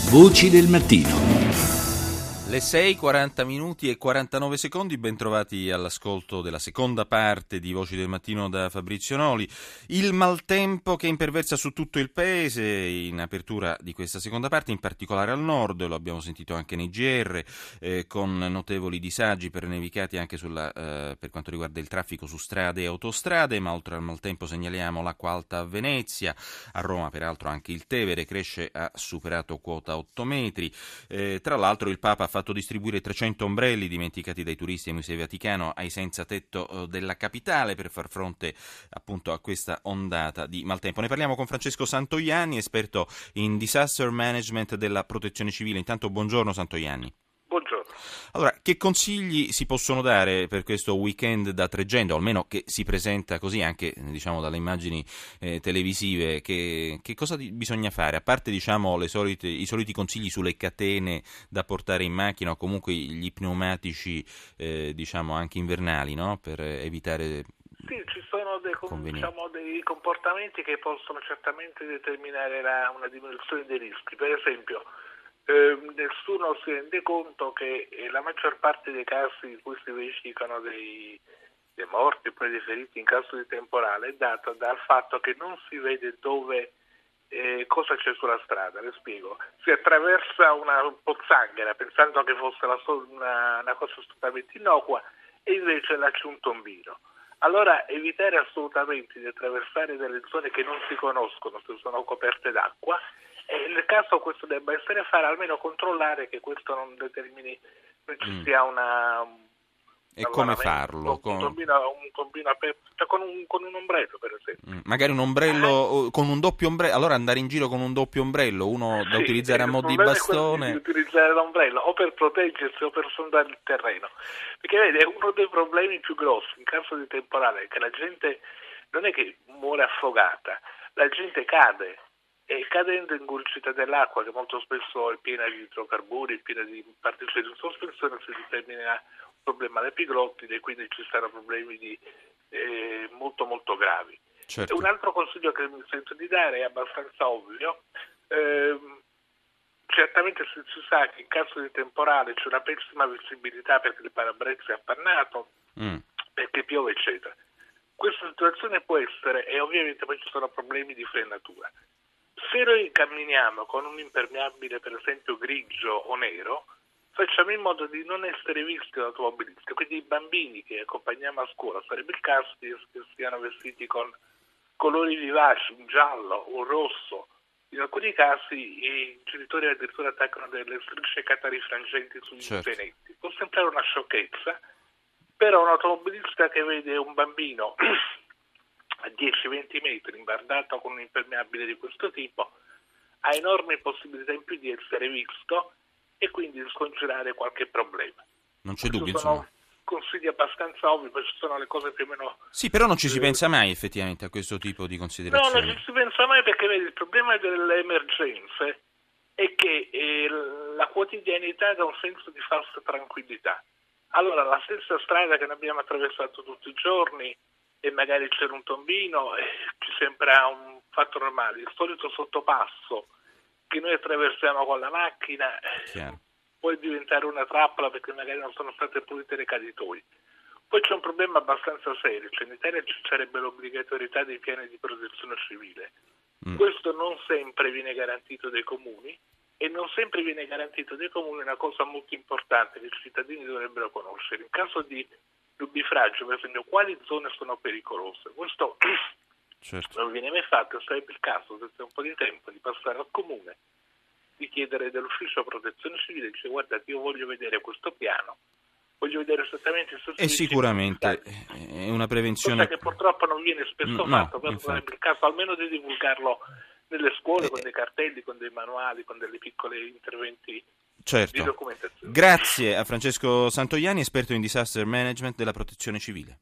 Voci del mattino. Le 6:40 minuti e 49 secondi, ben trovati all'ascolto della seconda parte di Voci del Mattino da Fabrizio Noli. Il maltempo che imperversa su tutto il paese in apertura di questa seconda parte, in particolare al nord, lo abbiamo sentito anche nei GR, con notevoli disagi per nevicati anche per quanto riguarda il traffico su strade e autostrade, ma oltre al maltempo segnaliamo l'acqua alta a Venezia, a Roma peraltro anche il Tevere cresce, ha superato quota 8 metri. Tra l'altro il Papa ha fatto distribuire 300 ombrelli dimenticati dai turisti al Museo Vaticano ai senza tetto della capitale per far fronte appunto a questa ondata di maltempo. Ne parliamo con Francesco Santoianni, esperto in disaster management della Protezione Civile. Intanto buongiorno Santoianni. Buongiorno. Allora, che consigli si possono dare per questo weekend da Tregendo, o almeno che si presenta così anche diciamo dalle immagini televisive? Che cosa bisogna fare? A parte diciamo i soliti consigli sulle catene da portare in macchina o comunque gli pneumatici diciamo anche invernali, no? Per evitare... Sì, ci sono dei comportamenti che possono certamente determinare una diminuzione dei rischi. Per esempio, nessuno si rende conto che la maggior parte dei casi in cui si verificano dei morti e poi dei feriti in caso di temporale è data dal fatto che non si vede dove cosa c'è sulla strada. Le spiego: si attraversa una pozzanghera pensando che fosse una cosa assolutamente innocua e invece là c'è un tombino. Allora evitare assolutamente di attraversare delle zone che non si conoscono se sono coperte d'acqua, e nel caso questo debba essere fare, almeno controllare che questo non determini, non ci sia E come farlo? Un tombino aperto, cioè con un ombrello per esempio. Magari un ombrello, con un doppio ombrello, allora andare in giro con un doppio ombrello, uno da utilizzare a mo' di bastone. Di utilizzare l'ombrello o per proteggersi o per sondare il terreno, perché vede, è uno dei problemi più grossi in caso di temporale, è che la gente non è che muore affogata, la gente cade. E cadendo ingurgita dell'acqua, che molto spesso è piena di idrocarburi, piena di particelle in sospensione, si determina un problema all'epiglottide e quindi ci saranno problemi molto molto gravi. Certo. E un altro consiglio che mi sento di dare è abbastanza ovvio. Certamente si sa che in caso di temporale c'è una pessima visibilità perché il parabrezza è appannato, perché piove eccetera. Questa situazione può essere, e ovviamente poi ci sono problemi di frenatura. Se noi camminiamo con un impermeabile per esempio grigio o nero, facciamo in modo di non essere visti dall'automobilista, quindi i bambini che accompagniamo a scuola sarebbe il caso che siano vestiti con colori vivaci, un giallo, un rosso. In alcuni casi i genitori addirittura attaccano delle strisce catarifrangenti sugli zainetti. Può sembrare una sciocchezza, però un automobilista che vede un bambino a 10-20 metri imbardato con un impermeabile di questo tipo ha enormi possibilità in più di essere visto e quindi di scongiurare qualche problema. Non c'è dubbio, sono consigli abbastanza ovvi, poi ci sono le cose più o meno... Sì, però non ci si pensa mai effettivamente a questo tipo di considerazioni. No, non ci si pensa mai perché vedi, il problema delle emergenze è che la quotidianità dà un senso di falsa tranquillità. Allora, la stessa strada che noi abbiamo attraversato tutti i giorni e magari c'era un tombino, ci sembra un fatto normale. Il solito sottopasso che noi attraversiamo con la macchina può diventare una trappola perché magari non sono state pulite le caditoie. Poi c'è un problema abbastanza serio, cioè in Italia ci sarebbe l'obbligatorietà dei piani di protezione civile. Questo non sempre viene garantito dai comuni e non sempre viene garantito dai comuni una cosa molto importante che i cittadini dovrebbero conoscere. In caso di nubifragio, per esempio, quali zone sono pericolose? Questo non viene mai fatto, sarebbe il caso, se c'è un po' di tempo, di passare al comune, di chiedere dell'ufficio protezione civile, dice guardate, io voglio vedere questo piano, voglio vedere esattamente il e sicuramente è una prevenzione cosa che purtroppo non viene spesso fatto, però sarebbe il caso almeno di divulgarlo nelle scuole con dei cartelli, con dei manuali, con delle piccole interventi di documentazione. Grazie a Francesco Santoianni, esperto in disaster management della Protezione Civile.